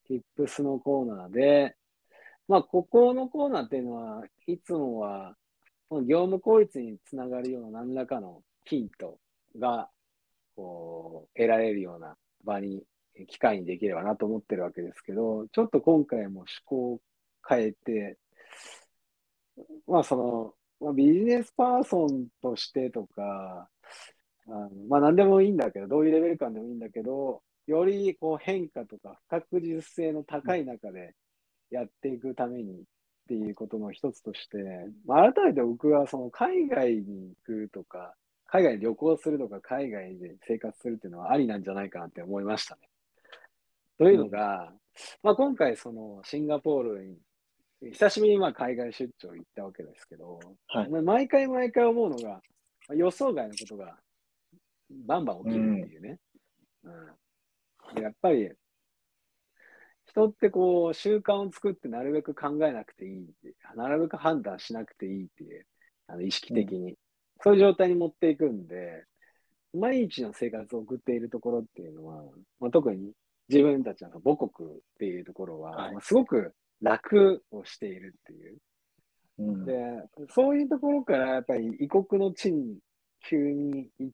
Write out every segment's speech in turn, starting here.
Tips のコーナーで、まあ、ここのコーナーっていうのは、いつもは、この業務効率につながるような何らかのヒントが、こう、得られるような場に、機会にできればなと思ってるわけですけど、ちょっと今回も趣向を変えて、まあ、まあ、ビジネスパーソンとしてとか、まあ、何でもいいんだけど、どういうレベル感でもいいんだけど、よりこう変化とか不確実性の高い中でやっていくためにっていうことの一つとして、まあ、改めて僕はその海外に行くとか、海外に旅行するとか、海外で生活するっていうのはありなんじゃないかなって思いましたね。といううん。 のが、まあ、今回そのシンガポールに久しぶりにまあ海外出張行ったわけですけど、 はい。 毎回毎回思うのが、予想外のことがバンバン起きるってうん。 いうね。うん、でやっぱり人ってこう習慣を作ってなるべく考えなくていいって、なるべく判断しなくていいっていう、意識うん。 的に。そういう状態に持っていくんで、毎日の生活を送っているところっていうのは、まあ、特に自分たちの母国っていうところは、 はい。 まあ、すごく楽をしているっていう。で、 うん。 そういうところからやっぱり異国の地に急に行って、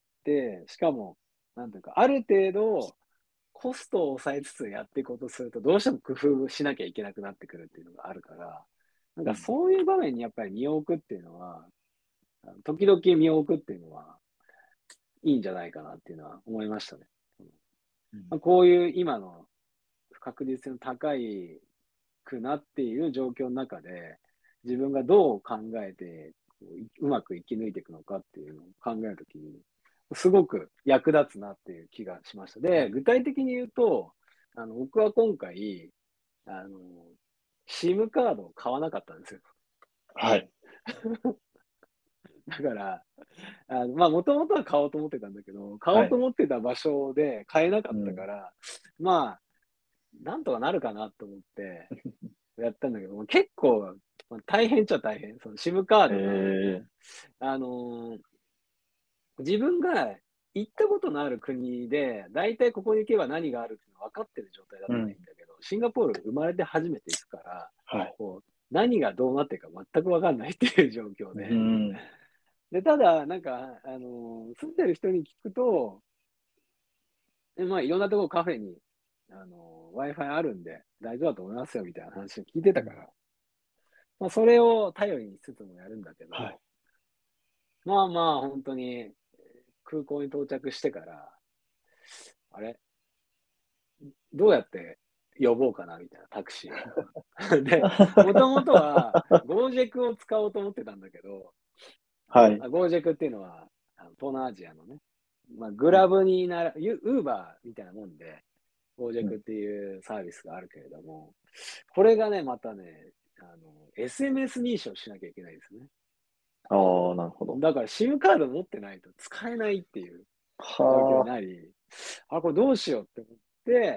しかも、なんていうか、ある程度コストを抑えつつやっていこうとすると、どうしても工夫しなきゃいけなくなってくるっていうのがあるから、なんかうん。 そういう場面にやっぱり身を置くっていうのは、時々身を置くっていうのはいいんじゃないかなっていうのは思いましたね。 うん。 まあ、こういう今の不確実性の高いくなっている状況の中で、自分がどう考えて、うまく生き抜いていくのかっていうのを考えるときに、すごく役立つなっていう気がしました。で、具体的に言うと、僕は今回、あの、SIM カードを買わなかったんですよ。 はい。 だから、まあ、もともとは買おうと思ってたんだけど、買おはい。 うと思ってた場所で買えなかうん。 ったから、まあ、なんとかなるかなと思ってやったんだけど、結構、大変っちゃ大変。その SIM カードが、 ええ。 あのー自分が行ったことのある国で、大体ここに行けば何があるっていうの分かってる状態だっうん。 たらいいんだけど、シンガポール生まれて初めて行くから、 はい。 こう、何がどうなってるか全く分かんないっていう状況うで。 ん。 で、ただ、なんか、住んでる人に聞くと、まあ、いろんなところカフェに、Wi-Fi あるんで大丈夫だと思いますよみたいな話を聞いてたから、まあ、それを頼りにしつつもやるんだけど、 はい。 まあまあ、本当に空港に到着してから、あれどうやって呼ぼうかなみたいなタクシーを。で、もともとはゴージェクを使おうと思ってたんだけど、 はい。 ゴージェクっていうのは、東南アジアのね、まあ、グうん。 ラブにウーバーみたいなもんで、ゴージェうん。 クっていうサービスがあるけれども、これがね、またね、SMS 認証しなきゃいけないですね。 ああ、なるほど。 だから SIM カード持ってないと使えないっていう状況にはなり、これどうしようって思って、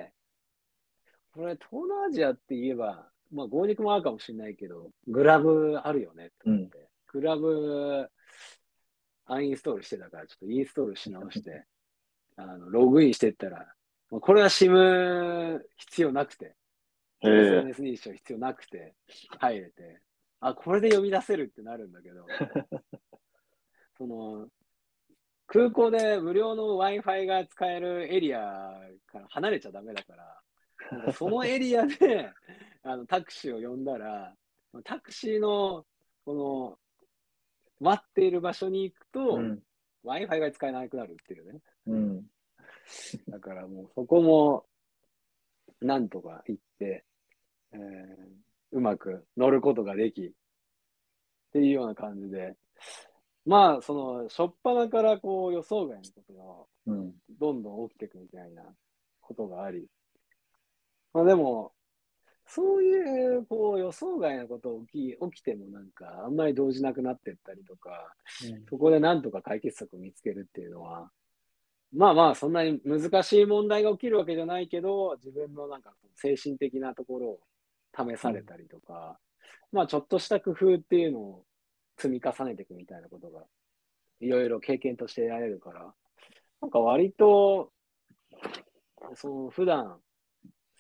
これ東南アジアって言えば、まあ合軸もあるかもしれないけど、グラブあるよねってあ。うん。 思って、グラブアンインストールしてたから、ちょっとインストールし直して、ログインしてったら、これは SIM 必要なくて、 ええ。 SNS 認証必要なくて入れて、これで呼び出せるってなるんだけど、その、空港で無料の Wi-Fi が使えるエリアから離れちゃダメだから、なんかそのエリアでタクシーを呼んだら、タクシーの、この、待っている場所に行くと、 うん。 Wi-Fi が使えなくなるっていうね。 うん。 だからもうそこも、なんとか行って、うまく乗ることができ、っていうような感じで、まあ、初っ端からこう予想外のことがうん。 どんどん起きていくみたいなことがあり、まあでも、そういう、こう、予想外のこと起きてもなんか、あんまり動じなくなってったりとか、 うん。 そこでなんとか解決策を見つけるっていうのは、まあまあ、そんなに難しい問題が起きるわけじゃないけど、自分のなんか精神的なところを試うん。 されたりとか、まあちょっとした工夫っていうのを積み重ねていくみたいなことが、いろいろ経験として得られるから、なんか割と、普段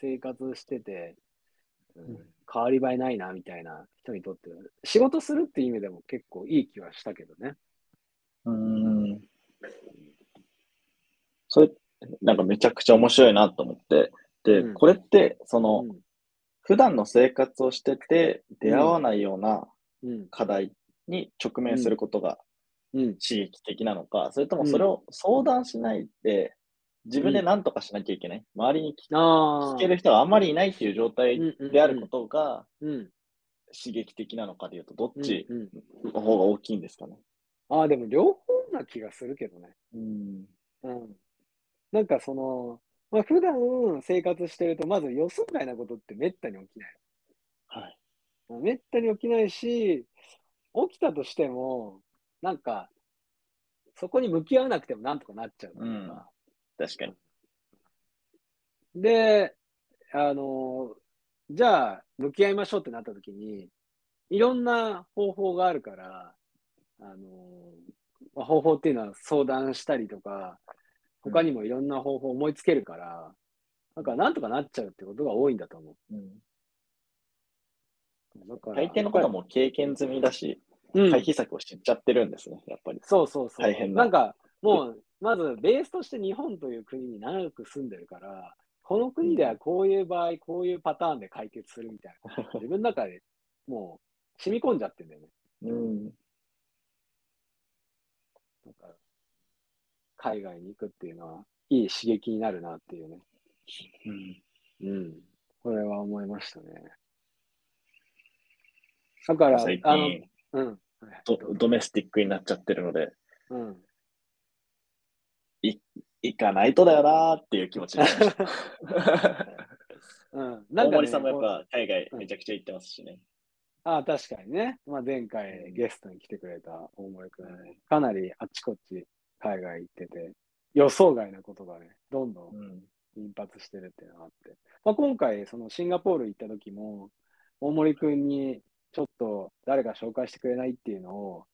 生活してて、変わり映えないなみたいな人にとっては、仕事するっていう意味でも結構いい気はしたけどね。 それ、なんかめちゃくちゃ面白いなと思って。で、これって、普段の生活をしてて出会わないような課題に直面することが刺激的なのか、それともそれを相談しないで、自分で何とかしなきゃいけない。周りに聞ける人があんまりいないっていう状態であることが刺激的なのかでいうと、どっちの方が大きいんですかね。 でも両方な気がするけどね。なんか普段生活してると、まず予想外なことってめったに起きない。 はい。 めったに起きないし、起きたとしても、なんか、そこに向き合わなくてもなんとかなっちゃうというか。 確かに。 で、じゃあ、向き合いましょうってなった時に、いろんな方法があるから、方法っていうのは相談したりとか、他にもいろんな方法を思いつけるから、なんとかなっちゃうってことが多いんだと思う。だから大抵のことも経験済みだし、回避策を知っちゃってるんですね、やっぱり。 そうそうそう。 大変な。 もう、まずベースとして日本という国に長く住んでるから、この国ではこういう場合、こういうパターンで解決するみたいな。自分の中でもう染み込んじゃってんだよね。だから海外に行くっていうのは、いい刺激になるなっていうね。これは思いましたね。だから、 最近、 ドドメスティックになっちゃってるので、行かないとだよなーっていう気持ちになりました。大森さんもやっぱ海外めちゃくちゃ行ってますしね。 確かにね。前回ゲストに来てくれた大森くん、かなりあっちこっち海外行ってて、予想外なことがね、どんどん頻発してるっていうのがあって。今回、シンガポール行った時も、大森くんにちょっと誰か紹介してくれないっていうのを、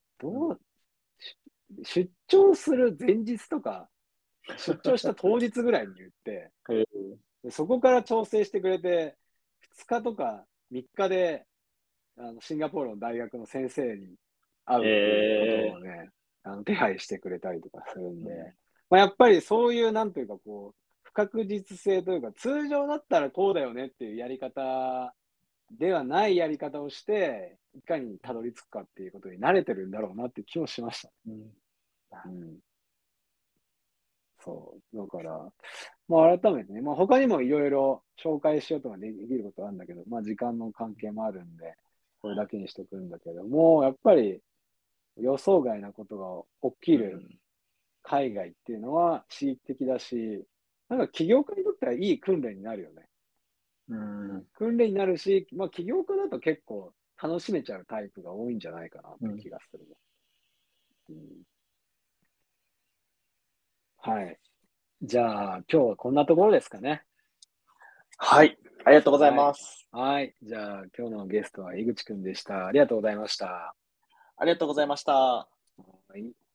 出張する前日とか、出張した当日ぐらいに言って、そこから調整してくれて、2日とか3日で、シンガポールの大学の先生に会うっていうことをね、手配してくれたりとかするんで、やっぱりそういう、なんというか不確実性というか、通常だったらこうだよねっていうやり方ではないやり方をして、いかにたどり着くかっていうことに慣れてるんだろうなって気もしました。そう。だから、改めてね、他にもいろいろ紹介しようとかできることあるんだけど、時間の関係もあるんで、これだけにしとくんだけども、やっぱり予想外なことが起きる海外っていうのは刺激的だし、起業家にとってはいい訓練になるよね。訓練になるし、起業家だと結構楽しめちゃうタイプが多いんじゃないかなって気がするね。はい。じゃあ、今日はこんなところですかね。 はい。ありがとうございます。 はい。じゃあ、今日のゲストは井口くんでした。ありがとうございました。 ありがとうございました。 はい。